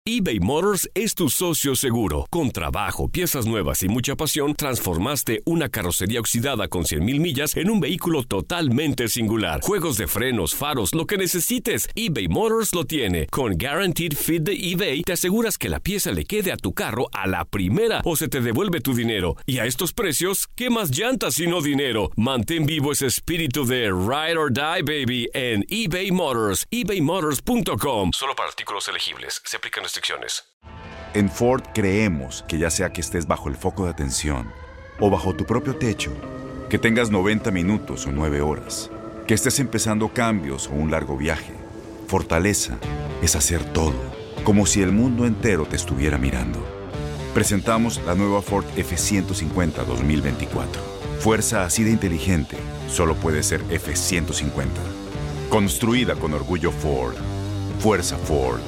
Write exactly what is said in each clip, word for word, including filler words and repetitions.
eBay Motors es tu socio seguro. Con trabajo, piezas nuevas y mucha pasión, transformaste una carrocería oxidada con cien mil millas en un vehículo totalmente singular. Juegos de frenos, faros, lo que necesites, eBay Motors lo tiene. Con Guaranteed Fit de eBay, te aseguras que la pieza le quede a tu carro a la primera o se te devuelve tu dinero. Y a estos precios, ¿qué más llantas sino dinero? Mantén vivo ese espíritu de Ride or Die, baby, en eBay Motors. ebay motors punto com. Solo para artículos elegibles. Se aplican restricciones. En Ford creemos que ya sea que estés bajo el foco de atención o bajo tu propio techo, que tengas noventa minutos o nueve horas, que estés empezando cambios o un largo viaje, fortaleza es hacer todo, como si el mundo entero te estuviera mirando. Presentamos la nueva Ford F ciento cincuenta dos mil veinticuatro. Fuerza así de inteligente solo puede ser F ciento cincuenta. Construida con orgullo Ford. Fuerza Ford.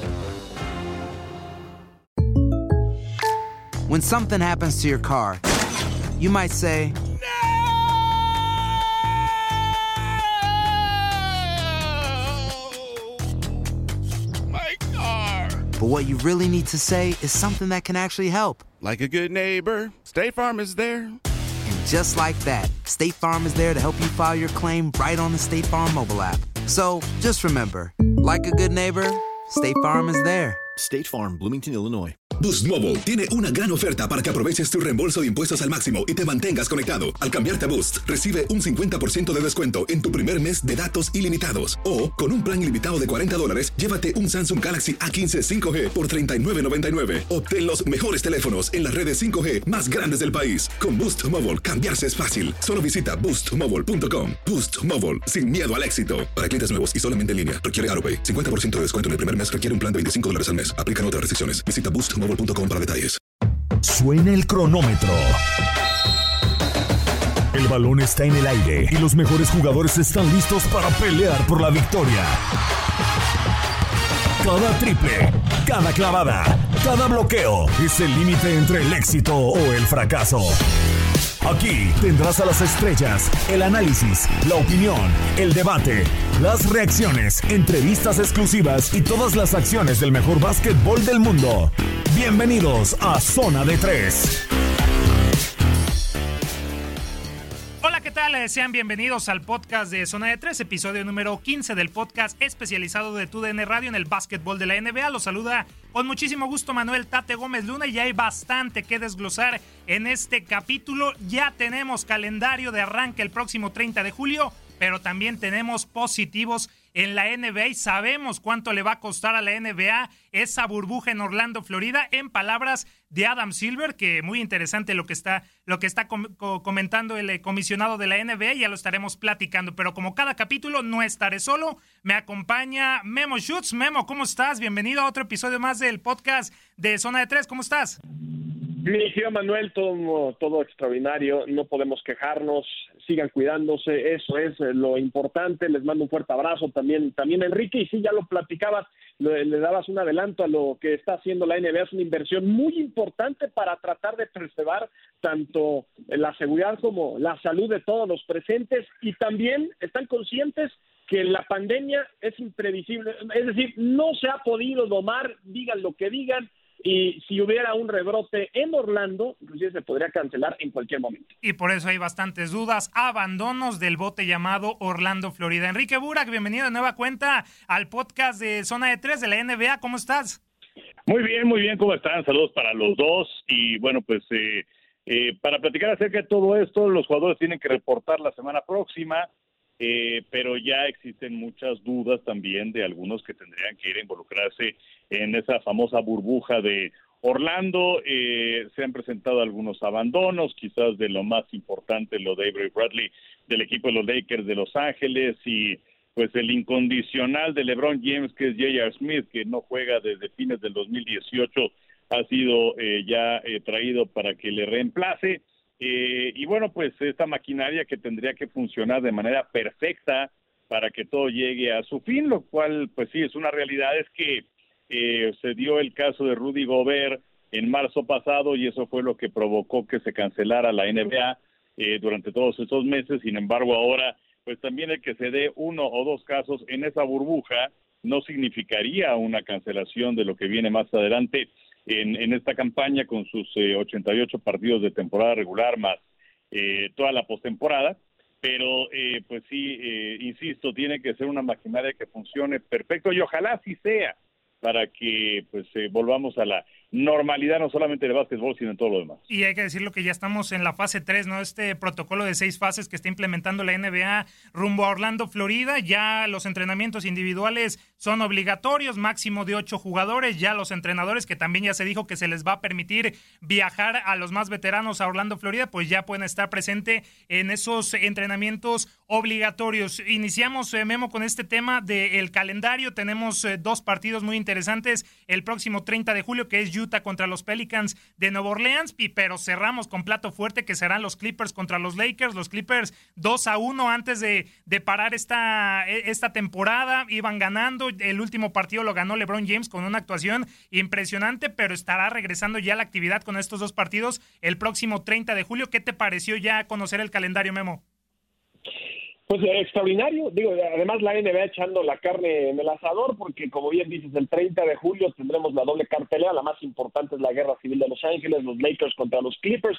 When something happens to your car, you might say, My car! but what you really need to say is something that can actually help. Like a good neighbor, State Farm is there. And just like that, State Farm is there to help you file your claim right on the State Farm mobile app. So just remember, like a good neighbor, State Farm is there. State Farm, Bloomington, Illinois. Boost Mobile tiene una gran oferta para que aproveches tu reembolso de impuestos al máximo y te mantengas conectado. Al cambiarte a Boost, recibe un cincuenta por ciento de descuento en tu primer mes de datos ilimitados. O, con un plan ilimitado de cuarenta dólares, llévate un Samsung Galaxy A quince cinco G por treinta y nueve noventa y nueve. Obtén los mejores teléfonos en las redes cinco G más grandes del país. Con Boost Mobile, cambiarse es fácil. Solo visita boost mobile punto com. Boost Mobile, sin miedo al éxito. Para clientes nuevos y solamente en línea, requiere AutoPay. cincuenta por ciento de descuento en el primer mes requiere un plan de veinticinco dólares al mes. Aplican otras restricciones. Visita boost mobile punto com para detalles. Suena el cronómetro. El balón está en el aire y los mejores jugadores están listos para pelear por la victoria. Cada triple, cada clavada, cada bloqueo es el límite entre el éxito o el fracaso. Aquí tendrás a las estrellas, el análisis, la opinión, el debate, las reacciones, entrevistas exclusivas y todas las acciones del mejor básquetbol del mundo. Bienvenidos a Zona de Tres. Hola, ¿qué tal? Sean bienvenidos al podcast de Zona de Tres, episodio número quince del podcast especializado de TUDN Radio en el básquetbol de la N B A. Los saluda con muchísimo gusto Manuel Tate Gómez Luna y ya hay bastante que desglosar en este capítulo. Ya tenemos calendario de arranque el próximo treinta de julio, pero también tenemos positivos en la N B A y sabemos cuánto le va a costar a la N B A esa burbuja en Orlando, Florida, en palabras de Adam Silver, que muy interesante lo que está, lo que está com- comentando el comisionado de la N B A, ya lo estaremos platicando, pero como cada capítulo no estaré solo, me acompaña Memo Schutz. Memo, ¿cómo estás? Bienvenido a otro episodio más del podcast de Zona de Tres, ¿cómo estás? Mi tío Manuel, todo, todo extraordinario, no podemos quejarnos, sigan cuidándose, eso es lo importante, les mando un fuerte abrazo también, también Enrique, y sí, ya lo platicabas, le, le dabas un adelanto a lo que está haciendo la N B A, es una inversión muy importante para tratar de preservar tanto la seguridad como la salud de todos los presentes, y también están conscientes que la pandemia es imprevisible, es decir, no se ha podido domar, digan lo que digan, y si hubiera un rebrote en Orlando, inclusive se podría cancelar en cualquier momento. Y por eso hay bastantes dudas, abandonos del bote llamado Orlando, Florida. Enrique Burak, bienvenido de nueva cuenta al podcast de Zona de Tres de la N B A, ¿cómo estás? Muy bien, muy bien, ¿cómo están? Saludos para los dos, y bueno, pues eh, eh, para platicar acerca de todo esto, los jugadores tienen que reportar la semana próxima, eh, pero ya existen muchas dudas también de algunos que tendrían que ir a involucrarse en esa famosa burbuja de Orlando. Eh, se han presentado algunos abandonos, quizás de lo más importante, lo de Avery Bradley del equipo de los Lakers de Los Ángeles, y pues el incondicional de LeBron James, que es J R. Smith, que no juega desde fines del dos mil dieciocho, ha sido eh, ya eh, traído para que le reemplace. Eh, y bueno, pues esta maquinaria que tendría que funcionar de manera perfecta para que todo llegue a su fin, lo cual pues sí es una realidad, es que eh, se dio el caso de Rudy Gobert en marzo pasado y eso fue lo que provocó que se cancelara la N B A eh, durante todos esos meses. Sin embargo, ahora pues también el que se dé uno o dos casos en esa burbuja no significaría una cancelación de lo que viene más adelante en, en esta campaña con sus eh, ochenta y ocho partidos de temporada regular más eh, toda la postemporada. Pero, eh, pues sí, eh, insisto, tiene que ser una maquinaria que funcione perfecto y ojalá así sea para que pues eh, volvamos a la normalidad, no solamente de básquetbol, sino en todo lo demás. Y hay que decirlo que ya estamos en la fase tres, ¿no? Este protocolo de seis fases que está implementando la N B A rumbo a Orlando, Florida. Ya los entrenamientos individuales son obligatorios, máximo de ocho jugadores. Ya los entrenadores, que también ya se dijo que se les va a permitir viajar a los más veteranos a Orlando, Florida, pues ya pueden estar presentes en esos entrenamientos obligatorios. Iniciamos, eh, Memo, con este tema del calendario. Tenemos eh, dos partidos muy interesantes el próximo treinta de julio, que es Utah contra los Pelicans de Nueva Orleans, pero cerramos con plato fuerte, que serán los Clippers contra los Lakers. Los Clippers dos a uno antes de, de parar esta, esta temporada, iban ganando. El último partido lo ganó LeBron James con una actuación impresionante, pero estará regresando ya la actividad con estos dos partidos el próximo treinta de julio. ¿Qué te pareció ya conocer el calendario, Memo? Pues eh, extraordinario, digo, además la N B A echando la carne en el asador, porque como bien dices, el treinta de julio tendremos la doble cartelera, la más importante es la Guerra Civil de Los Ángeles, los Lakers contra los Clippers.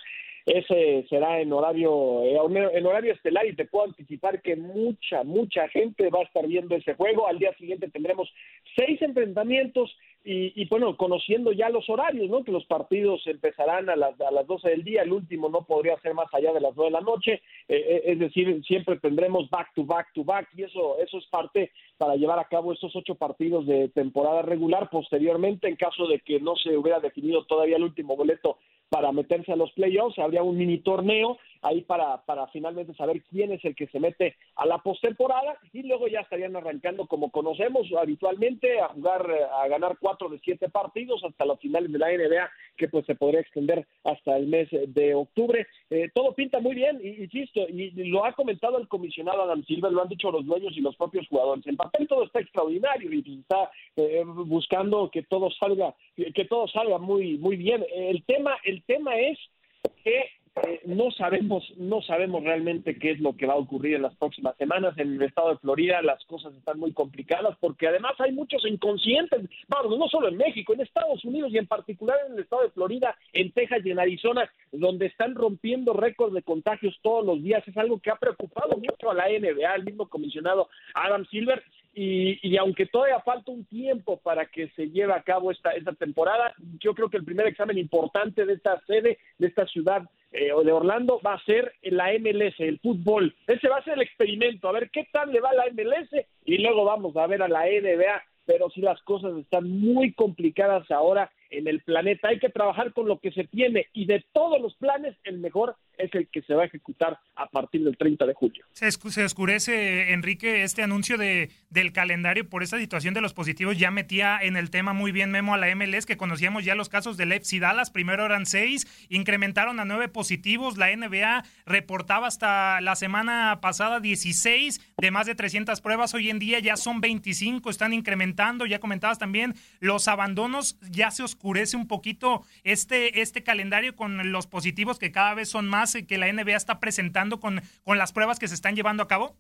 Ese será en horario en horario estelar, y te puedo anticipar que mucha, mucha gente va a estar viendo ese juego. Al día siguiente tendremos seis enfrentamientos y, y bueno, conociendo ya los horarios, ¿no? Que los partidos empezarán a las, a las doce del día, el último no podría ser más allá de las nueve de la noche, eh, es decir, siempre tendremos back to back to back, y eso, eso es parte para llevar a cabo estos ocho partidos de temporada regular. Posteriormente, en caso de que no se hubiera definido todavía el último boleto para meterse a los playoffs, habría un mini torneo ahí para, para finalmente saber quién es el que se mete a la postemporada, y luego ya estarían arrancando como conocemos habitualmente a jugar, a ganar cuatro de siete partidos hasta las finales de la N B A, que pues se podría extender hasta el mes de octubre. Eh, todo pinta muy bien, y insisto, y, y lo ha comentado el comisionado Adam Silver, lo han dicho los dueños y los propios jugadores. En papel todo está extraordinario y está eh, buscando que todo salga, que todo salga muy, muy bien. El tema, el tema es que Eh, no sabemos no sabemos realmente qué es lo que va a ocurrir en las próximas semanas. En el estado de Florida las cosas están muy complicadas porque además hay muchos inconscientes, vamos, no solo en México, en Estados Unidos y en particular en el estado de Florida, en Texas y en Arizona, donde están rompiendo récords de contagios todos los días. Es algo que ha preocupado mucho a la N B A, el mismo comisionado Adam Silver. Y, y aunque todavía falta un tiempo para que se lleve a cabo esta, esta temporada, yo creo que el primer examen importante de esta sede, de esta ciudad eh, de Orlando, va a ser la M L S, el fútbol. Ese va a ser el experimento, a ver qué tal le va a la M L S, y luego vamos a ver a la N B A. Pero sí, las cosas están muy complicadas ahora en el planeta. Hay que trabajar con lo que se tiene, y de todos los planes, el mejor es el que se va a ejecutar a partir del treinta de julio. Se, escu- se oscurece, Enrique, este anuncio de del calendario por esa situación de los positivos. Ya metía en el tema muy bien, Memo, a la M L S, que conocíamos ya los casos del F C Dallas. Primero eran seis, incrementaron a nueve positivos. La N B A reportaba hasta la semana pasada dieciséis de más de trescientas pruebas. Hoy en día ya son veinticinco, están incrementando. Ya comentabas también los abandonos. Ya se oscurece un poquito este, este calendario con los positivos, que cada vez son más, que la N B A está presentando con, con las pruebas que se están llevando a cabo.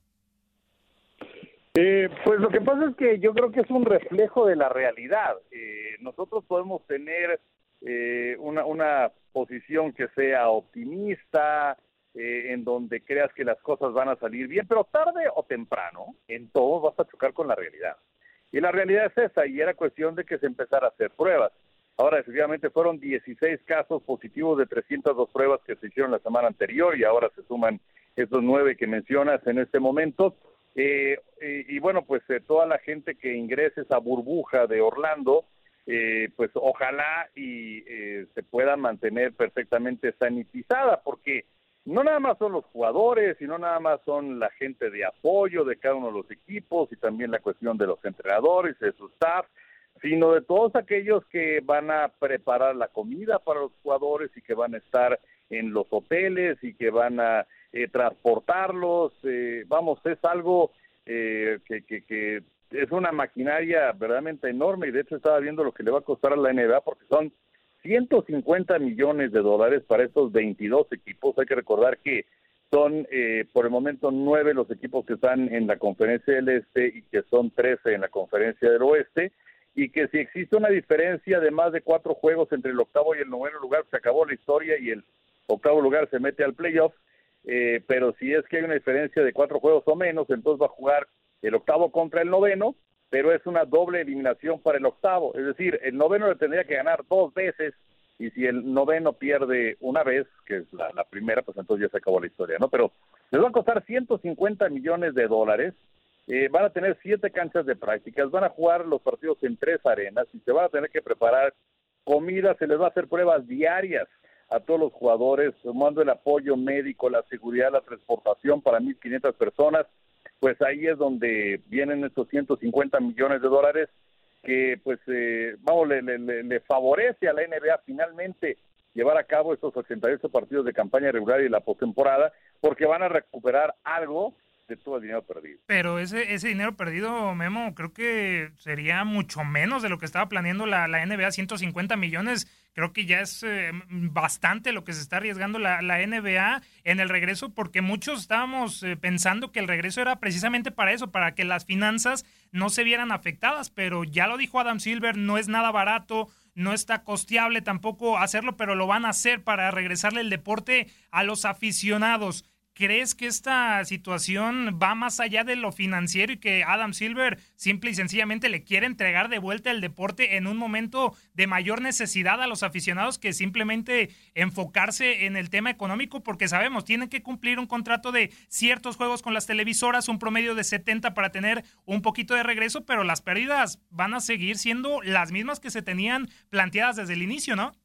Eh, pues lo que pasa es que yo creo que es un reflejo de la realidad. Eh, nosotros podemos tener eh, una, una posición que sea optimista, eh, en donde creas que las cosas van a salir bien, pero tarde o temprano, en todo vas a chocar con la realidad. Y la realidad es esa, y era cuestión de que se empezara a hacer pruebas. Ahora, efectivamente, fueron dieciséis casos positivos de trescientas dos pruebas que se hicieron la semana anterior, y ahora se suman estos nueve que mencionas en este momento. Eh, eh, y bueno, pues eh, toda la gente que ingrese esa burbuja de Orlando, eh, pues ojalá y eh, se pueda mantener perfectamente sanitizada, porque no nada más son los jugadores, y no nada más son la gente de apoyo de cada uno de los equipos, y también la cuestión de los entrenadores, de su staff, sino de todos aquellos que van a preparar la comida para los jugadores y que van a estar en los hoteles y que van a eh, transportarlos. Eh, vamos, es algo eh, que, que, que es una maquinaria verdaderamente enorme, y de hecho estaba viendo lo que le va a costar a la N B A, porque son ciento cincuenta millones de dólares para estos veintidós equipos. Hay que recordar que son eh, por el momento nueve los equipos que están en la conferencia del Este y que son trece en la conferencia del Oeste, y que si existe una diferencia de más de cuatro juegos entre el octavo y el noveno lugar, se acabó la historia y el octavo lugar se mete al playoff, eh, pero si es que hay una diferencia de cuatro juegos o menos, entonces va a jugar el octavo contra el noveno, pero es una doble eliminación para el octavo, es decir, el noveno le tendría que ganar dos veces, y si el noveno pierde una vez, que es la, la primera, pues entonces ya se acabó la historia, ¿no? Pero les va a costar ciento cincuenta millones de dólares, eh, van a tener siete canchas de prácticas, van a jugar los partidos en tres arenas, y se van a tener que preparar comida, se les va a hacer pruebas diarias a todos los jugadores, tomando el apoyo médico, la seguridad, la transportación para mil quinientas personas, pues ahí es donde vienen estos ciento cincuenta millones de dólares, que pues eh, vamos le, le, le favorece a la N B A finalmente llevar a cabo estos ochenta y ocho partidos de campaña regular y la postemporada, porque van a recuperar algo de todo el dinero perdido. Pero ese ese dinero perdido, Memo, creo que sería mucho menos de lo que estaba planeando la, la N B A, ciento cincuenta millones, creo que ya es eh, bastante lo que se está arriesgando la, la N B A en el regreso, porque muchos estábamos eh, pensando que el regreso era precisamente para eso, para que las finanzas no se vieran afectadas, pero ya lo dijo Adam Silver, no es nada barato, no está costeable tampoco hacerlo, pero lo van a hacer para regresarle el deporte a los aficionados. ¿Crees que esta situación va más allá de lo financiero y que Adam Silver simple y sencillamente le quiere entregar de vuelta el deporte en un momento de mayor necesidad a los aficionados que simplemente enfocarse en el tema económico? Porque sabemos, tienen que cumplir un contrato de ciertos juegos con las televisoras, un promedio de setenta para tener un poquito de regreso, pero las pérdidas van a seguir siendo las mismas que se tenían planteadas desde el inicio, ¿no?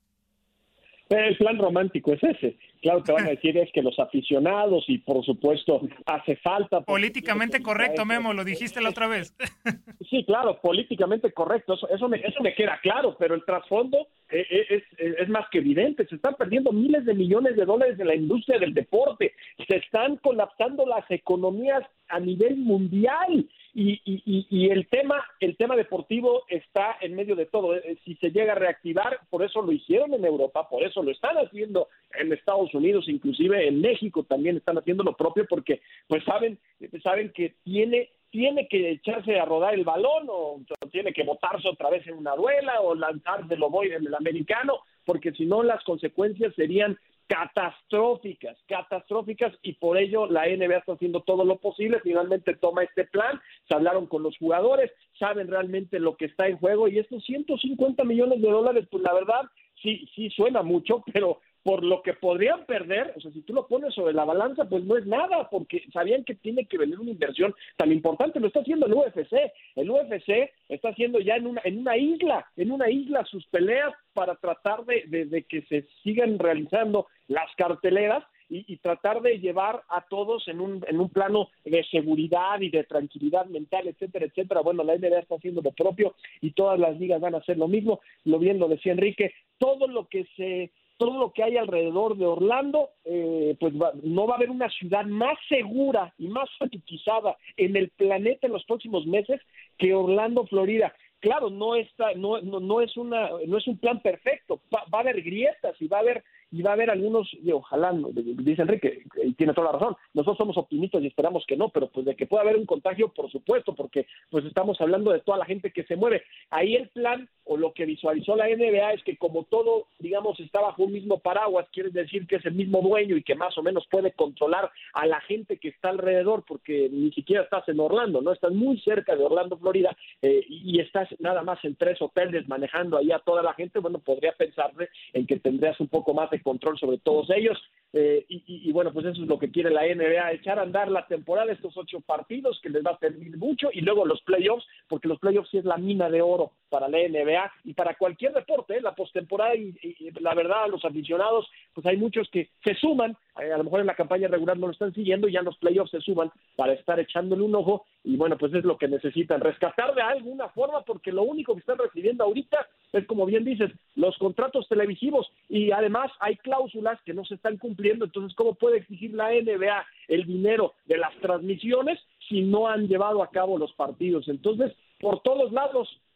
El plan romántico es ese. Claro que van a decir es que los aficionados y por supuesto hace falta... Políticamente correcto, Memo, lo dijiste la otra vez. Sí, claro, políticamente correcto, eso, eso, me, eso me queda claro, pero el trasfondo es, es, es más que evidente. Se están perdiendo miles de millones de dólares de la industria del deporte, se están colapsando las economías a nivel mundial. Y, y, y el tema el tema deportivo está en medio de todo. Si se llega a reactivar, por eso lo hicieron en Europa, por eso lo están haciendo en Estados Unidos, inclusive en México también están haciendo lo propio, porque pues saben saben que tiene tiene que echarse a rodar el balón, o tiene que botarse otra vez en una duela, o lanzarse el ovoide en el americano, porque si no las consecuencias serían catastróficas, catastróficas, y por ello la N B A está haciendo todo lo posible. Finalmente toma este plan, se hablaron con los jugadores, saben realmente lo que está en juego, y estos ciento cincuenta millones de dólares, pues la verdad, sí, sí suena mucho, pero por lo que podrían perder, o sea, si tú lo pones sobre la balanza, pues no es nada, porque sabían que tiene que venir una inversión tan importante. Lo está haciendo el U F C, el U F C está haciendo ya en una en una isla, en una isla sus peleas para tratar de, de, de que se sigan realizando las carteleras y, y tratar de llevar a todos en un en un plano de seguridad y de tranquilidad mental, etcétera, etcétera. Bueno, la N B A está haciendo lo propio y todas las ligas van a hacer lo mismo. Lo bien lo decía Enrique, todo lo que se todo lo que hay alrededor de Orlando, eh, pues va, no va a haber una ciudad más segura y más sanitizada en el planeta en los próximos meses que Orlando, Florida. Claro, no está, no, no, no es una, no es un plan perfecto. Va, va a haber grietas y va a haber y va a haber algunos, y ojalá, dice Enrique, y tiene toda la razón, nosotros somos optimistas y esperamos que no, pero pues de que pueda haber un contagio, por supuesto, porque pues estamos hablando de toda la gente que se mueve. Ahí el plan, o lo que visualizó la N B A, es que como todo, digamos, está bajo un mismo paraguas, quiere decir que es el mismo dueño y que más o menos puede controlar a la gente que está alrededor, porque ni siquiera estás en Orlando, ¿no? Estás muy cerca de Orlando, Florida, eh, y estás nada más en tres hoteles manejando ahí a toda la gente. Bueno, podría pensarse en que tendrías un poco más de control sobre todos ellos, eh, y, y, y bueno, pues eso es lo que quiere la N B A, echar a andar la temporada, estos ocho partidos que les va a servir mucho, y luego los playoffs, porque los playoffs sí es la mina de oro para la N B A y para cualquier deporte, ¿eh? La postemporada, y, y la verdad, los aficionados, pues hay muchos que se suman, eh, a lo mejor en la campaña regular no lo están siguiendo, y ya en los playoffs se suman para estar echándole un ojo, y bueno, pues es lo que necesitan, rescatar de alguna forma, porque lo único que están recibiendo ahorita es, como bien dices, los contratos televisivos, y además hay cláusulas que no se están cumpliendo. Entonces, ¿cómo puede exigir la N B A el dinero de las transmisiones si no han llevado a cabo los partidos? Entonces, por todos lados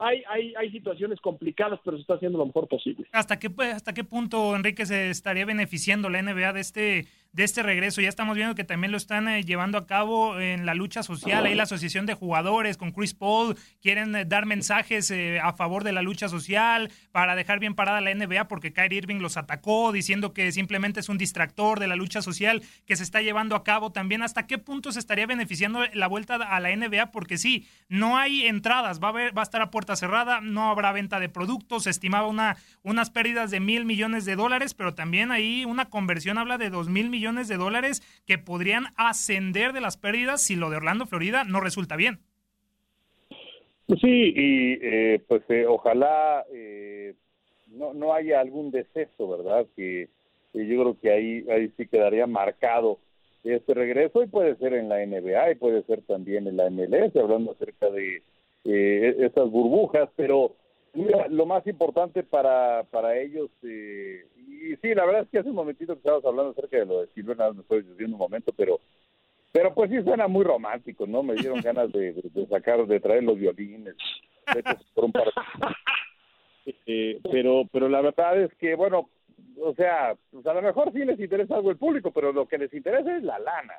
hay, hay, hay situaciones complicadas, pero se está haciendo lo mejor posible. ¿Hasta qué, hasta qué punto, Enrique, se estaría beneficiando la N B A de este de este regreso? Ya estamos viendo que también lo están eh, llevando a cabo en la lucha social. Ahí la asociación de jugadores con Chris Paul quieren eh, dar mensajes eh, a favor de la lucha social para dejar bien parada la N B A, porque Kyrie Irving los atacó diciendo que simplemente es un distractor de la lucha social que se está llevando a cabo también. ¿Hasta qué punto se estaría beneficiando la vuelta a la N B A? Porque sí, no hay entradas, va a haber, va a estar a puerta cerrada, no habrá venta de productos, se estimaba una, unas pérdidas de mil millones de dólares, pero también ahí una conversión habla de dos mil millones de dólares que podrían ascender de las pérdidas si lo de Orlando, Florida, no resulta bien. Pues sí, y eh, pues eh, ojalá eh, no, no haya algún deceso, ¿verdad? Que, que yo creo que ahí, ahí sí quedaría marcado este regreso, y puede ser en la N B A y puede ser también en la M L S, hablando acerca de eh, esas burbujas, pero mira, lo más importante para, para ellos, eh, y sí, la verdad es que hace un momentito que estábamos hablando acerca de lo de Silvana, me estoy diciendo un momento, pero pero pues sí suena muy romántico, ¿no? Me dieron ganas de, de, de sacar, de traer los violines, de hecho, por un par de... eh, pero, pero la verdad es que, bueno, o sea, pues a lo mejor sí les interesa algo el público, pero lo que les interesa es la lana.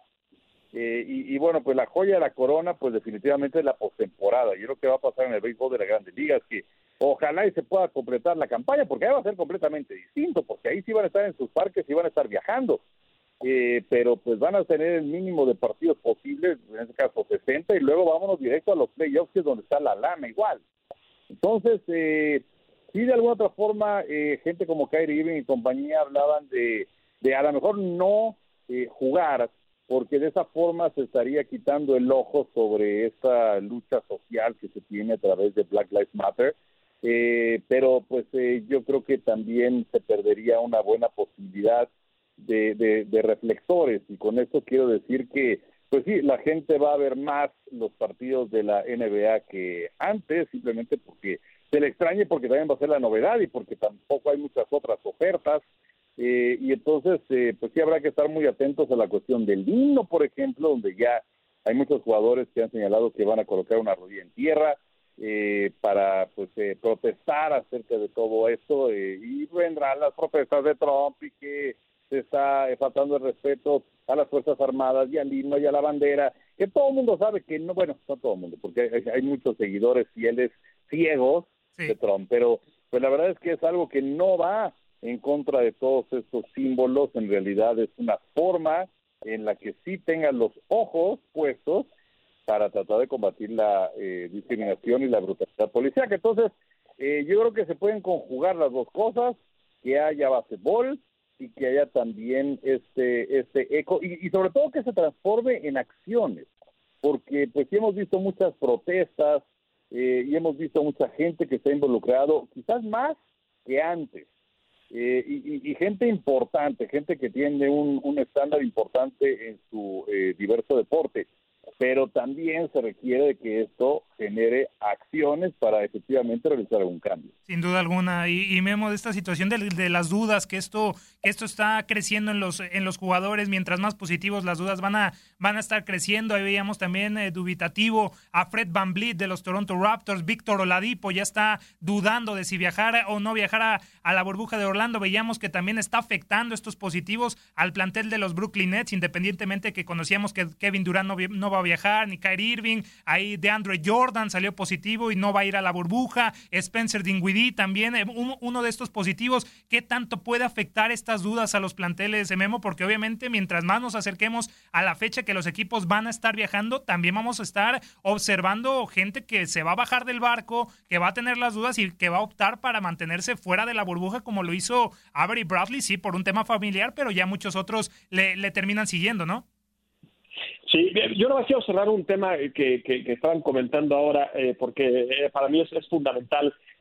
Eh, y, y bueno, pues la joya de la corona, pues definitivamente es la postemporada. Yo creo que va a pasar en el béisbol de las Grandes Ligas, que ojalá y se pueda completar la campaña, porque ahí va a ser completamente distinto, porque ahí sí van a estar en sus parques y van a estar viajando. Eh, pero pues van a tener el mínimo de partidos posibles, en este caso sesenta, y luego vámonos directo a los playoffs, que es donde está la lana igual. Entonces, eh, sí, de alguna otra forma, eh, gente como Kyrie Irving y compañía hablaban de, de a lo mejor no eh, jugar, porque de esa forma se estaría quitando el ojo sobre esta lucha social que se tiene a través de Black Lives Matter, eh, pero pues eh, yo creo que también se perdería una buena posibilidad de, de, de reflectores, y con esto quiero decir que pues sí, la gente va a ver más los partidos de la N B A que antes, simplemente porque se le extrañe, porque también va a ser la novedad y porque tampoco hay muchas otras ofertas, eh, y entonces eh, pues sí habrá que estar muy atentos a la cuestión del himno, por ejemplo, donde ya hay muchos jugadores que han señalado que van a colocar una rodilla en tierra eh, para pues eh, protestar acerca de todo esto, eh, y vendrán las protestas de Trump y que se está eh, faltando el respeto a las Fuerzas Armadas y al himno y a la bandera, que todo el mundo sabe que no, bueno, no todo el mundo, porque hay, hay muchos seguidores fieles ciegos sí. de Trump, pero pues la verdad es que es algo que no va en contra de todos estos símbolos. En realidad es una forma en la que sí tengan los ojos puestos para tratar de combatir la eh, discriminación y la brutalidad policial. Entonces, eh, yo creo que se pueden conjugar las dos cosas, que haya basquetbol y que haya también este este eco, y, y sobre todo que se transforme en acciones, porque pues sí hemos visto muchas protestas eh, y hemos visto mucha gente que se ha involucrado, quizás más que antes, eh, y, y, y gente importante, gente que tiene un, un estándar importante en su eh, diverso deporte, pero también se requiere de que esto genere acciones para efectivamente realizar algún cambio. Sin duda alguna, y, y Memo, de esta situación de, de las dudas, que esto que esto está creciendo en los en los jugadores, mientras más positivos las dudas van a van a estar creciendo. Ahí veíamos también eh, dubitativo a Fred VanVleet de los Toronto Raptors, Víctor Oladipo ya está dudando de si viajar o no viajar a, a la burbuja de Orlando. Veíamos que también está afectando estos positivos al plantel de los Brooklyn Nets, independientemente que conocíamos que Kevin Durant no, no va a viajar, ni Kyrie Irving, ahí DeAndre Jordan salió positivo y no va a ir a la burbuja, Spencer Dinwiddie también, un, uno de estos positivos. ¿Qué tanto puede afectar estas dudas a los planteles de Memo? Porque obviamente mientras más nos acerquemos a la fecha que los equipos van a estar viajando, también vamos a estar observando gente que se va a bajar del barco, que va a tener las dudas y que va a optar para mantenerse fuera de la burbuja, como lo hizo Avery Bradley, sí, por un tema familiar, pero ya muchos otros le, le terminan siguiendo, ¿no? Sí, yo no quiero cerrar un tema que, que, que estaban comentando ahora, eh, porque eh, para mí es, es fundamental.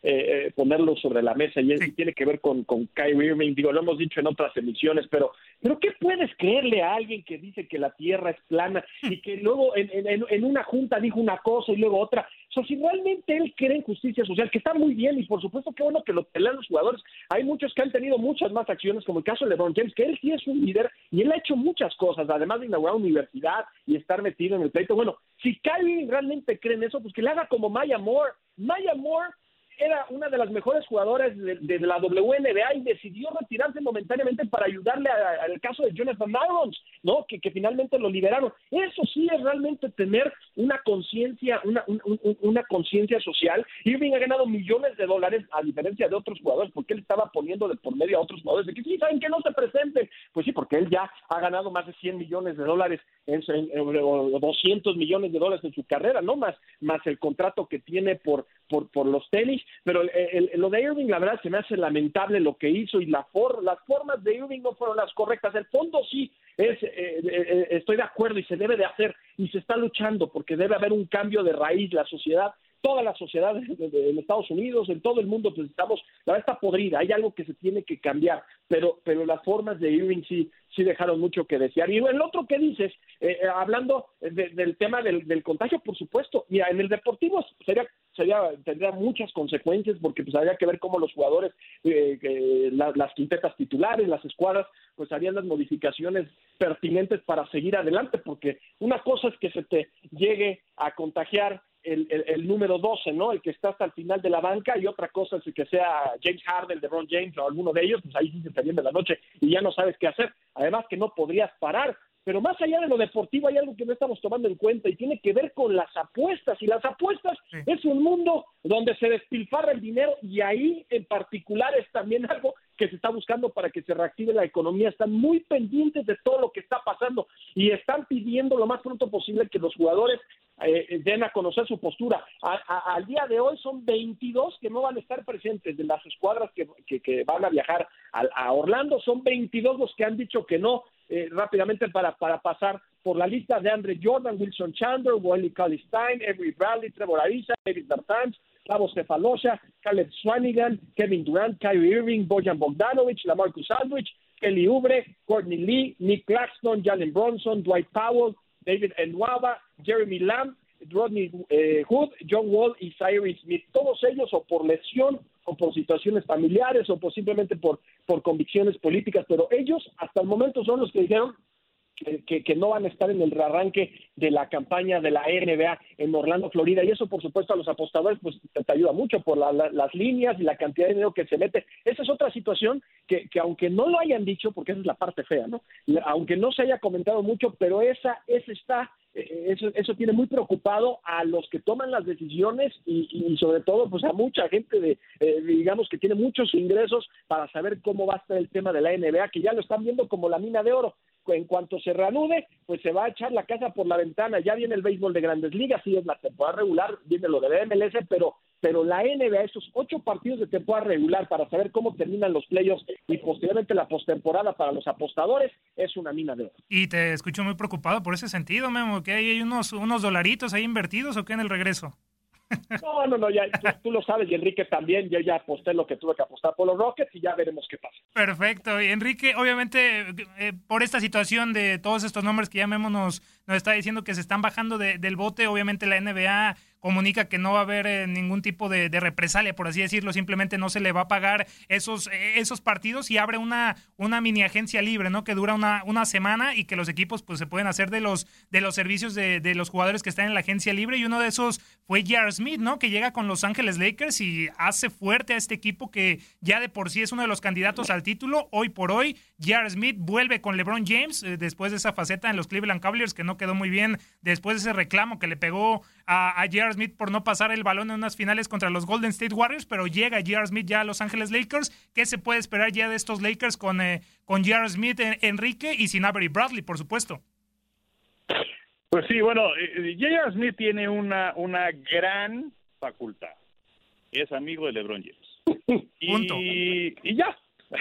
eh, ponerlo sobre la mesa y, sí. y tiene que ver con, con Kyrie Irving. Digo, lo hemos dicho en otras emisiones, pero, pero ¿qué puedes creerle a alguien que dice que la Tierra es plana y que luego en, en, en una junta dijo una cosa y luego otra? O sea, si realmente él cree en justicia social, que está muy bien, y por supuesto que bueno que lo pelean los jugadores, hay muchos que han tenido muchas más acciones, como el caso de LeBron James, que él sí es un líder y él ha hecho muchas cosas, además de inaugurar una universidad y estar metido en el pleito. Bueno, si Kyrie realmente cree en eso, pues que le haga como Maya Moore. Maya Moore era una de las mejores jugadoras de, de la W N B A y decidió retirarse momentáneamente para ayudarle al caso de Jonathan Irons, ¿no? Que, que finalmente lo liberaron. Eso sí es realmente tener una conciencia, una, un, un, una conciencia social. Irving ha ganado millones de dólares, a diferencia de otros jugadores, porque él estaba poniendo de por medio a otros jugadores de que sí, saben que no se presenten. Pues sí, porque él ya ha ganado más de cien millones de dólares en, en, en, o doscientos millones de dólares en su carrera, ¿no? Más, más el contrato que tiene por, por, por los tenis. Pero el, el, lo de Irving, la verdad, se me hace lamentable lo que hizo y la for, las formas de Irving no fueron las correctas. El fondo sí, es, eh, eh, estoy de acuerdo y se debe de hacer y se está luchando porque debe haber un cambio de raíz. La sociedad, toda la sociedad de, de, en Estados Unidos, en todo el mundo, pues estamos, la verdad está podrida, hay algo que se tiene que cambiar, pero, pero las formas de Irving sí, sí dejaron mucho que desear. Y el otro que dices, eh, hablando de, del tema del, del contagio, por supuesto, mira, en el deportivo sería sería tendría muchas consecuencias porque pues habría que ver cómo los jugadores, eh, eh, la, las quintetas titulares, las escuadras, pues harían las modificaciones pertinentes para seguir adelante, porque una cosa es que se te llegue a contagiar el, el, el número doce, ¿no? El que está hasta el final de la banca, y otra cosa es que sea James Harden, LeBron James o alguno de ellos, pues ahí sí se te viene la noche y ya no sabes qué hacer. Además que no podrías parar. Pero más allá de lo deportivo hay algo que no estamos tomando en cuenta y tiene que ver con las apuestas. Y las apuestas sí. es un mundo donde se despilfarra el dinero y ahí en particular es también algo que se está buscando para que se reactive la economía. Están muy pendientes de todo lo que está pasando y están pidiendo lo más pronto posible que los jugadores eh, den a conocer su postura. A, a, al día de hoy son veintidós que no van a estar presentes de las escuadras que, que, que van a viajar a, a Orlando. Son veintidós los que han dicho que no. Eh, rápidamente para, para pasar por la lista: de Andre Jordan, Wilson Chandler, Wally Cauley-Stein, Avery Bradley, Trevor Ariza, David Bertans, Slavos Cephalosha, Caleb Swanigan, Kevin Durant, Kyrie Irving, Bojan Bogdanovic, LaMarcus Aldridge, Kelly Oubre, Courtney Lee, Nick Claxton, Jalen Bronson, Dwight Powell, David Nwaba, Jeremy Lamb, Rodney eh, Hood, John Wall y Cyrus Smith. Todos ellos o por lesión o por situaciones familiares o por simplemente por, por convicciones políticas, pero ellos hasta el momento son los que dijeron que, que, que no van a estar en el rearranque de la campaña de la N B A en Orlando, Florida, y eso por supuesto a los apostadores pues te, te ayuda mucho por la, la, las líneas y la cantidad de dinero que se mete. Esa es otra situación que, que aunque no lo hayan dicho, porque esa es la parte fea, ¿no? Aunque no se haya comentado mucho, pero esa, esa está Eso, eso tiene muy preocupado a los que toman las decisiones y, y sobre todo pues a mucha gente de eh, digamos que tiene muchos ingresos para saber cómo va a estar el tema de la N B A, que ya lo están viendo como la mina de oro. En cuanto se reanude, pues se va a echar la casa por la ventana. Ya viene el béisbol de Grandes Ligas, sí es la temporada regular, viene lo de M L S, pero pero la N B A, esos ocho partidos de temporada regular para saber cómo terminan los playoffs y posteriormente la postemporada para los apostadores, es una mina de oro. Y te escucho muy preocupado por ese sentido, Memo, que hay unos, unos dolaritos ahí invertidos o qué en el regreso. No, no, no, ya tú, tú lo sabes, y Enrique también. Yo ya aposté lo que tuve que apostar por los Rockets y ya veremos qué pasa. Perfecto. Y Enrique, obviamente, eh, por esta situación de todos estos nombres que ya Memo nos, nos está diciendo que se están bajando de, del bote, obviamente la N B A comunica que no va a haber eh, ningún tipo de, de represalia, por así decirlo, simplemente no se le va a pagar esos eh, esos partidos y abre una una mini agencia libre, ¿no? Que dura una una semana y que los equipos pues se pueden hacer de los de los servicios de, de los jugadores que están en la agencia libre, y uno de esos fue J R. Smith, ¿no? Que llega con Los Ángeles Lakers y hace fuerte a este equipo que ya de por sí es uno de los candidatos al título. Hoy por hoy J R. Smith vuelve con LeBron James eh, después de esa faceta en los Cleveland Cavaliers que no quedó muy bien, después de ese reclamo que le pegó a, a J R. Smith por no pasar el balón en unas finales contra los Golden State Warriors, pero llega J R. Smith ya a Los Ángeles Lakers. ¿Qué se puede esperar ya de estos Lakers con, eh, con J R. Smith, en, Enrique, y sin Avery Bradley, por supuesto? Pues sí, bueno, eh, J R. Smith tiene una, una gran facultad. Es amigo de LeBron James. y, y ya.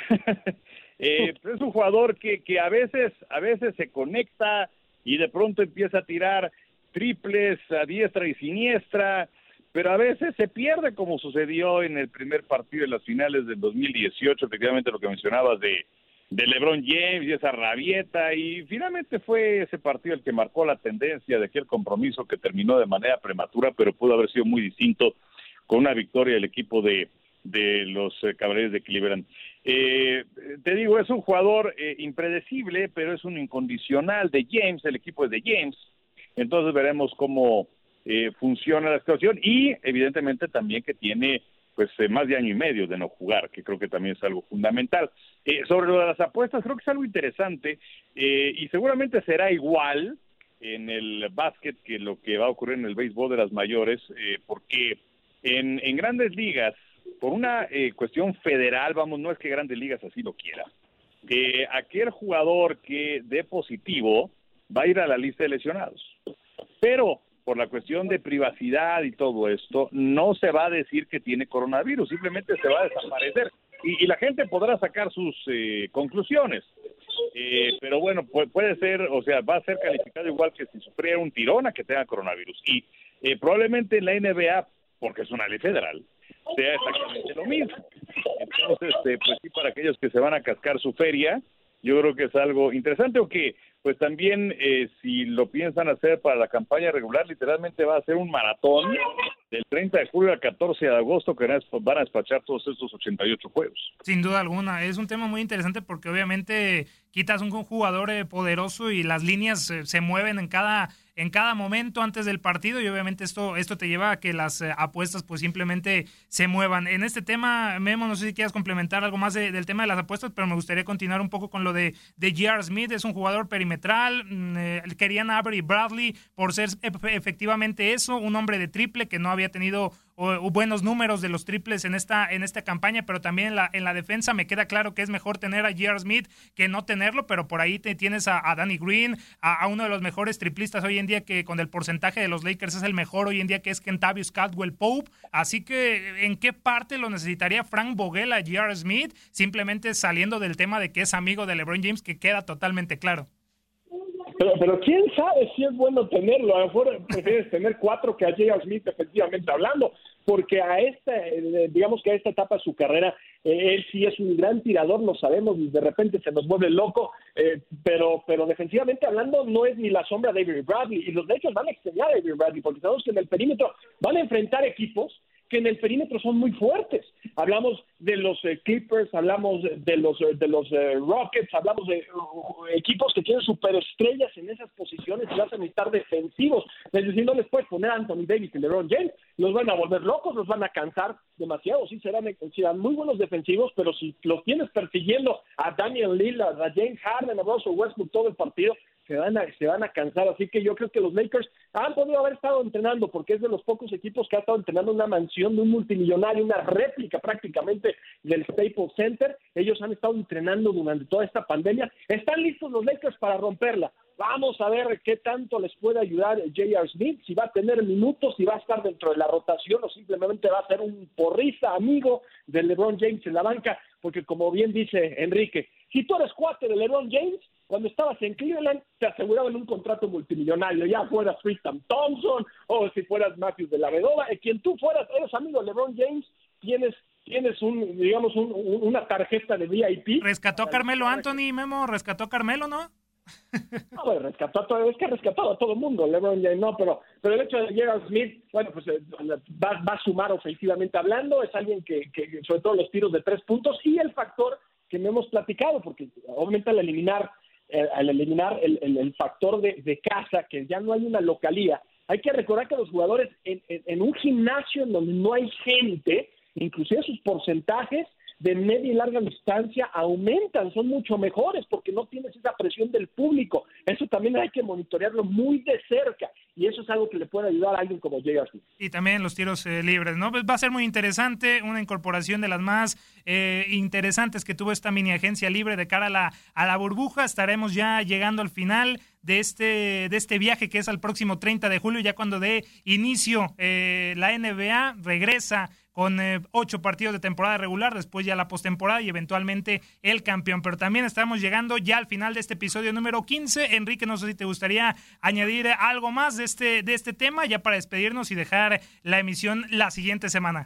eh, es un jugador que, que a veces, a veces se conecta y de pronto empieza a tirar triples a diestra y siniestra, pero a veces se pierde, como sucedió en el primer partido de las finales del dos mil dieciocho, efectivamente lo que mencionabas de, de LeBron James y esa rabieta, y finalmente fue ese partido el que marcó la tendencia de aquel compromiso que terminó de manera prematura, pero pudo haber sido muy distinto con una victoria del equipo de, de los eh, Cavaliers de Cleveland. Eh, te digo, es un jugador eh, impredecible, pero es un incondicional de James, el equipo es de James, entonces veremos cómo Eh, funciona la situación, y evidentemente también que tiene pues eh, más de año y medio de no jugar, que creo que también es algo fundamental. Eh, sobre lo de las apuestas, creo que es algo interesante, eh, y seguramente será igual en el básquet que lo que va a ocurrir en el béisbol de las mayores, eh, porque en, en Grandes Ligas, por una eh, cuestión federal, vamos, no es que Grandes Ligas así lo quiera, que aquel jugador que dé positivo va a ir a la lista de lesionados, pero por la cuestión de privacidad y todo esto, no se va a decir que tiene coronavirus, simplemente se va a desaparecer. Y, y la gente podrá sacar sus eh, conclusiones. Eh, pero bueno, puede, puede ser, o sea, va a ser calificado igual que si sufriera un tirón a que tenga coronavirus. Y eh, probablemente en la N B A, porque es una ley federal, sea exactamente lo mismo. Entonces, eh, pues sí, para aquellos que se van a cascar su feria, yo creo que es algo interesante, o que pues también eh, si lo piensan hacer para la campaña regular, literalmente va a ser un maratón del treinta de julio al catorce de agosto, que van a despachar todos estos ochenta y ocho juegos. Sin duda alguna, es un tema muy interesante porque obviamente quitas un jugador eh, poderoso y las líneas eh, se mueven en cada en cada momento antes del partido, y obviamente esto esto te lleva a que las eh, apuestas pues simplemente se muevan. En este tema, Memo, no sé si quieras complementar algo más de, del tema de las apuestas, pero me gustaría continuar un poco con lo de, de J R. Smith. Es un jugador perimetral, eh, querían a Avery Bradley por ser efectivamente eso, un hombre de triple que no había tenido o, o buenos números de los triples en esta en esta campaña, pero también en la, en la defensa me queda claro que es mejor tener a J R. Smith que no tenerlo, pero por ahí te tienes a, a Danny Green, a, a uno de los mejores triplistas hoy en día, que con el porcentaje de los Lakers es el mejor hoy en día, que es Kentavious Caldwell Pope. Así que, ¿en qué parte lo necesitaría Frank Vogel a J R. Smith? Simplemente saliendo del tema de que es amigo de LeBron James, que queda totalmente claro. Pero, pero quién sabe si es bueno tenerlo. A lo mejor prefieres tener cuatro que a J R. Smith, efectivamente hablando, porque a esta, digamos que a esta etapa de su carrera, eh, él sí es un gran tirador, lo sabemos, y de repente se nos vuelve loco, eh, pero pero defensivamente hablando no es ni la sombra de Avery Bradley, y los Lakers van a extrañar a Avery Bradley, porque sabemos que en el perímetro van a enfrentar equipos que en el perímetro son muy fuertes. Hablamos de los eh, Clippers, hablamos de los de los eh, Rockets, hablamos de uh, equipos que tienen superestrellas en esas posiciones y vas a necesitar defensivos. Es decir, no les puedes poner a Anthony Davis y LeBron James, los van a volver locos, los van a cansar demasiado. Sí, serán, serán muy buenos defensivos, pero si los tienes persiguiendo a Damian Lillard, a James Harden, a Russell Westbrook todo el partido, se van a se van a cansar. Así que yo creo que los Lakers han podido haber estado entrenando, porque es de los pocos equipos que ha estado entrenando una mansión de un multimillonario, una réplica prácticamente del Staples Center. Ellos han estado entrenando durante toda esta pandemia. Están listos los Lakers para romperla. Vamos a ver qué tanto les puede ayudar J R. Smith, si va a tener minutos, si va a estar dentro de la rotación o simplemente va a ser un porrista amigo de LeBron James en la banca, porque como bien dice Enrique, si tú eres cuate de LeBron James, cuando estabas en Cleveland te aseguraban un contrato multimillonario, ya fueras Tristan Thompson o si fueras Matthews de la Vedova, eh, quien tú fueras, eres amigo de LeBron James, tienes tienes un digamos un, un, una tarjeta de V I P. Rescató a Carmelo Anthony, Memo, rescató a Carmelo, ¿no? No, bueno, rescató a todo, es que ha rescatado a todo el mundo, LeBron James, no, pero, pero el hecho de J R. Smith, bueno, pues eh, va, va a sumar ofensivamente hablando, es alguien que, que, sobre todo los tiros de tres puntos, y el factor que me hemos platicado, porque obviamente al eliminar, eh, al eliminar el, el, el factor de, de casa, que ya no hay una localía, hay que recordar que los jugadores en, en, en un gimnasio en donde no hay gente, inclusive sus porcentajes de media y larga distancia aumentan, son mucho mejores porque no tienes esa presión del público. Eso también hay que monitorearlo muy de cerca, y eso es algo que le puede ayudar a alguien como J R. Smith. Y también los tiros eh, libres, ¿no? Pues va a ser muy interesante, una incorporación de las más eh, interesantes que tuvo esta mini agencia libre de cara a la, a la burbuja. Estaremos ya llegando al final de este de este viaje, que es al próximo treinta de julio, ya cuando dé inicio eh, la N B A, regresa con eh, ocho partidos de temporada regular, después ya la postemporada y eventualmente el campeón. Pero también estamos llegando ya al final de este episodio número quince. Enrique, no sé si te gustaría añadir algo más de este, de este tema ya para despedirnos y dejar la emisión la siguiente semana.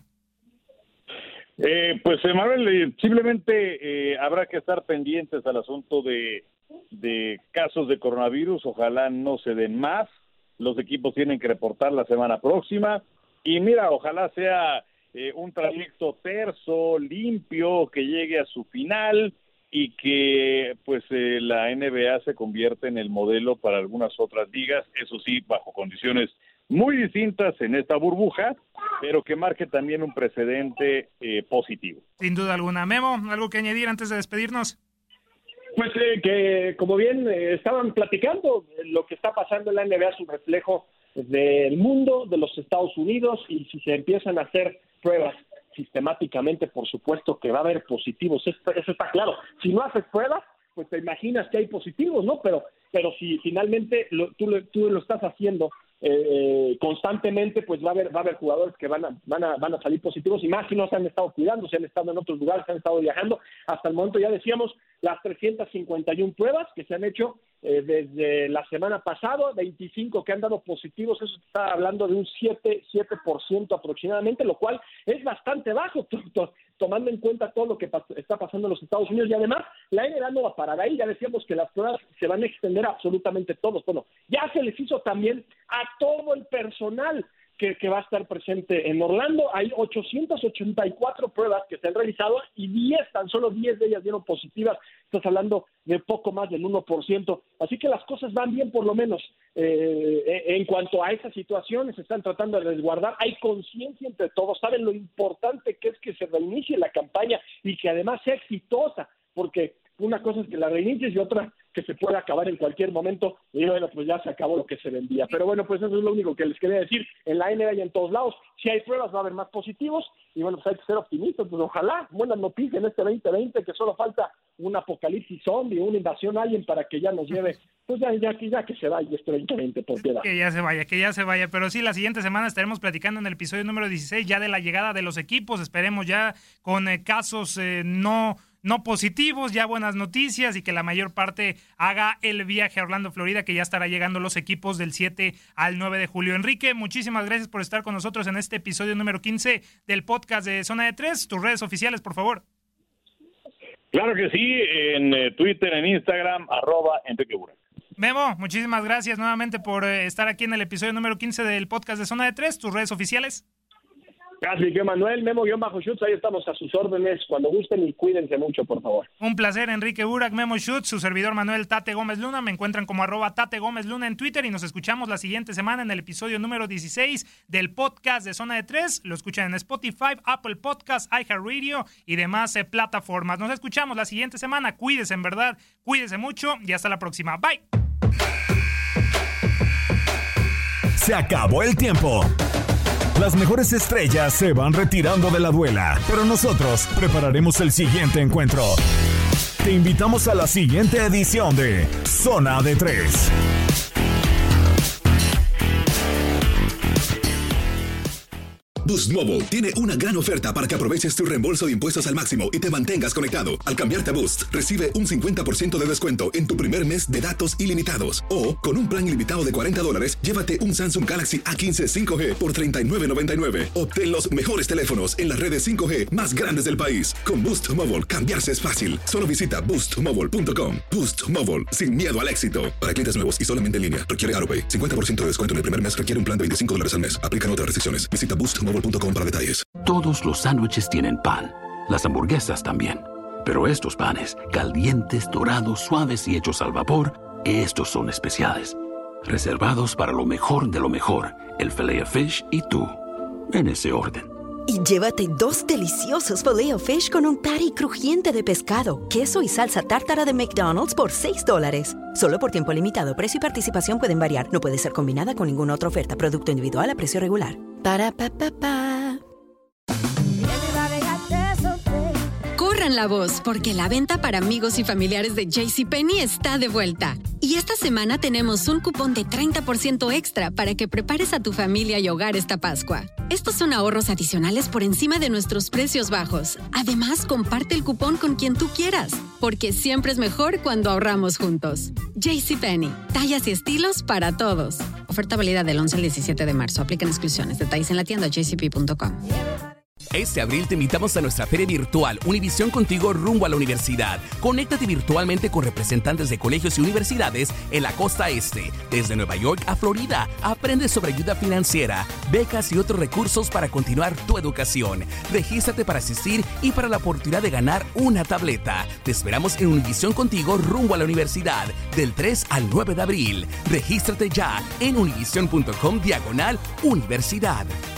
Eh, pues, Manuel, eh, simplemente eh, habrá que estar pendientes al asunto de, de casos de coronavirus. Ojalá no se den más. Los equipos tienen que reportar la semana próxima. Y mira, ojalá sea eh, un trayecto terso, limpio, que llegue a su final y que pues eh, la N B A se convierta en el modelo para algunas otras ligas. Eso sí, bajo condiciones muy distintas en esta burbuja, pero que marque también un precedente eh, positivo. Sin duda alguna. Memo, ¿algo que añadir antes de despedirnos? Pues eh, que, como bien eh, estaban platicando, lo que está pasando en la N B A es un reflejo del mundo, de los Estados Unidos, y si se empiezan a hacer pruebas sistemáticamente, por supuesto que va a haber positivos, eso, eso está claro. Si no haces pruebas, pues te imaginas que hay positivos, ¿no? Pero, pero si finalmente lo, tú, lo, tú lo estás haciendo Eh, constantemente, pues va a haber va a haber jugadores que van a van a van a salir positivos, y más si no se han estado cuidando, se han estado en otros lugares, se han estado viajando. Hasta el momento ya decíamos las trescientas cincuenta y una pruebas que se han hecho eh, desde la semana pasada, veinticinco que han dado positivos, eso está hablando de un siete por ciento aproximadamente, lo cual es bastante bajo to, to, tomando en cuenta todo lo que pas- está pasando en los Estados Unidos. Y además la N B A no va a parar ahí, ya decíamos que las pruebas se van a extender a absolutamente todos. Bueno, ya se les hizo también a todo el personal que, que va a estar presente en Orlando. Hay ochocientas ochenta y cuatro pruebas que se han realizado y diez, tan solo diez de ellas dieron positivas. Estás hablando de poco más del uno por ciento. Así que las cosas van bien, por lo menos eh, en cuanto a esas situaciones. Se están tratando de resguardar. Hay conciencia entre todos. Saben lo importante que es que se reinicie la campaña y que además sea exitosa, porque una cosa es que la reinicies y otra que se puede acabar en cualquier momento, y bueno, pues ya se acabó lo que se vendía. Pero bueno, pues eso es lo único que les quería decir. En la N B A y en todos lados, si hay pruebas va a haber más positivos, y bueno, pues hay que ser optimistas. Pues ojalá, buenas noticias en este veinte veinte, que solo falta un apocalipsis zombie, una invasión alien para que ya nos lleve, pues ya, ya, ya que se vaya este veinte veinte, por piedad. Que ya se vaya, que ya se vaya. Pero sí, la siguiente semana estaremos platicando en el episodio número dieciséis ya de la llegada de los equipos. Esperemos ya con eh, casos eh, no... no positivos, ya buenas noticias, y que la mayor parte haga el viaje a Orlando, Florida, que ya estará llegando los equipos del siete al nueve de julio. Enrique, muchísimas gracias por estar con nosotros en este episodio número quince del podcast de Zona de Tres. Tus redes oficiales, por favor. Claro que sí, en eh, Twitter, en Instagram, arroba Enrique Burak. Memo, muchísimas gracias nuevamente por eh, estar aquí en el episodio número quince del podcast de Zona de Tres. Tus redes oficiales. Casi que Manuel, Memo-Schutz, ahí estamos a sus órdenes cuando gusten, y cuídense mucho, por favor. Un placer, Enrique Burak, Memo Schutz, su servidor Manuel Tate Gómez Luna. Me encuentran como arroba Tate Gómez Luna en Twitter, y nos escuchamos la siguiente semana en el episodio número dieciséis del podcast de Zona de Tres. Lo escuchan en Spotify, Apple Podcasts, iHeartRadio y demás eh, plataformas. Nos escuchamos la siguiente semana. Cuídese, en verdad, cuídese mucho y hasta la próxima. Bye. Se acabó el tiempo. Las mejores estrellas se van retirando de la duela, pero nosotros prepararemos el siguiente encuentro. Te invitamos a la siguiente edición de Zona de Tres. Boost Mobile tiene una gran oferta para que aproveches tu reembolso de impuestos al máximo y te mantengas conectado. Al cambiarte a Boost, recibe un cincuenta por ciento de descuento en tu primer mes de datos ilimitados. O, con un plan ilimitado de cuarenta dólares, llévate un Samsung Galaxy A quince cinco G por treinta y nueve noventa y nueve. Obtén los mejores teléfonos en las redes cinco G más grandes del país. Con Boost Mobile, cambiarse es fácil. Solo visita boost mobile punto com. Boost Mobile, sin miedo al éxito. Para clientes nuevos y solamente en línea, requiere AutoPay. cincuenta por ciento de descuento en el primer mes, requiere un plan de veinticinco dólares al mes. Aplican otras restricciones. Visita boost mobile punto com para detalles. Todos los sándwiches tienen pan, las hamburguesas también. Pero estos panes, calientes, dorados, suaves y hechos al vapor, estos son especiales. Reservados para lo mejor de lo mejor, el Filet-O-Fish y tú, en ese orden. Y llévate dos deliciosos Filet-O-Fish con un patty crujiente de pescado, queso y salsa tártara de McDonald's por seis dólares. Solo por tiempo limitado. Precio y participación pueden variar. No puede ser combinada con ninguna otra oferta. Producto individual a precio regular. Para pa pa pa. Corran la voz, porque la venta para amigos y familiares de JCPenney está de vuelta. Y esta semana tenemos un cupón de treinta por ciento extra para que prepares a tu familia y hogar esta Pascua. Estos son ahorros adicionales por encima de nuestros precios bajos. Además, comparte el cupón con quien tú quieras, porque siempre es mejor cuando ahorramos juntos. JCPenney, tallas y estilos para todos. Oferta válida del once al diecisiete de marzo. Aplican exclusiones. Detalles en la tienda j c p punto com. Este abril te invitamos a nuestra feria virtual Univisión Contigo rumbo a la universidad. Conéctate virtualmente con representantes de colegios y universidades en la costa este. Desde Nueva York a Florida, aprende sobre ayuda financiera, becas y otros recursos para continuar tu educación. Regístrate para asistir y para la oportunidad de ganar una tableta. Te esperamos en Univisión Contigo rumbo a la universidad del tres al nueve de abril. Regístrate ya en univision punto com diagonal universidad.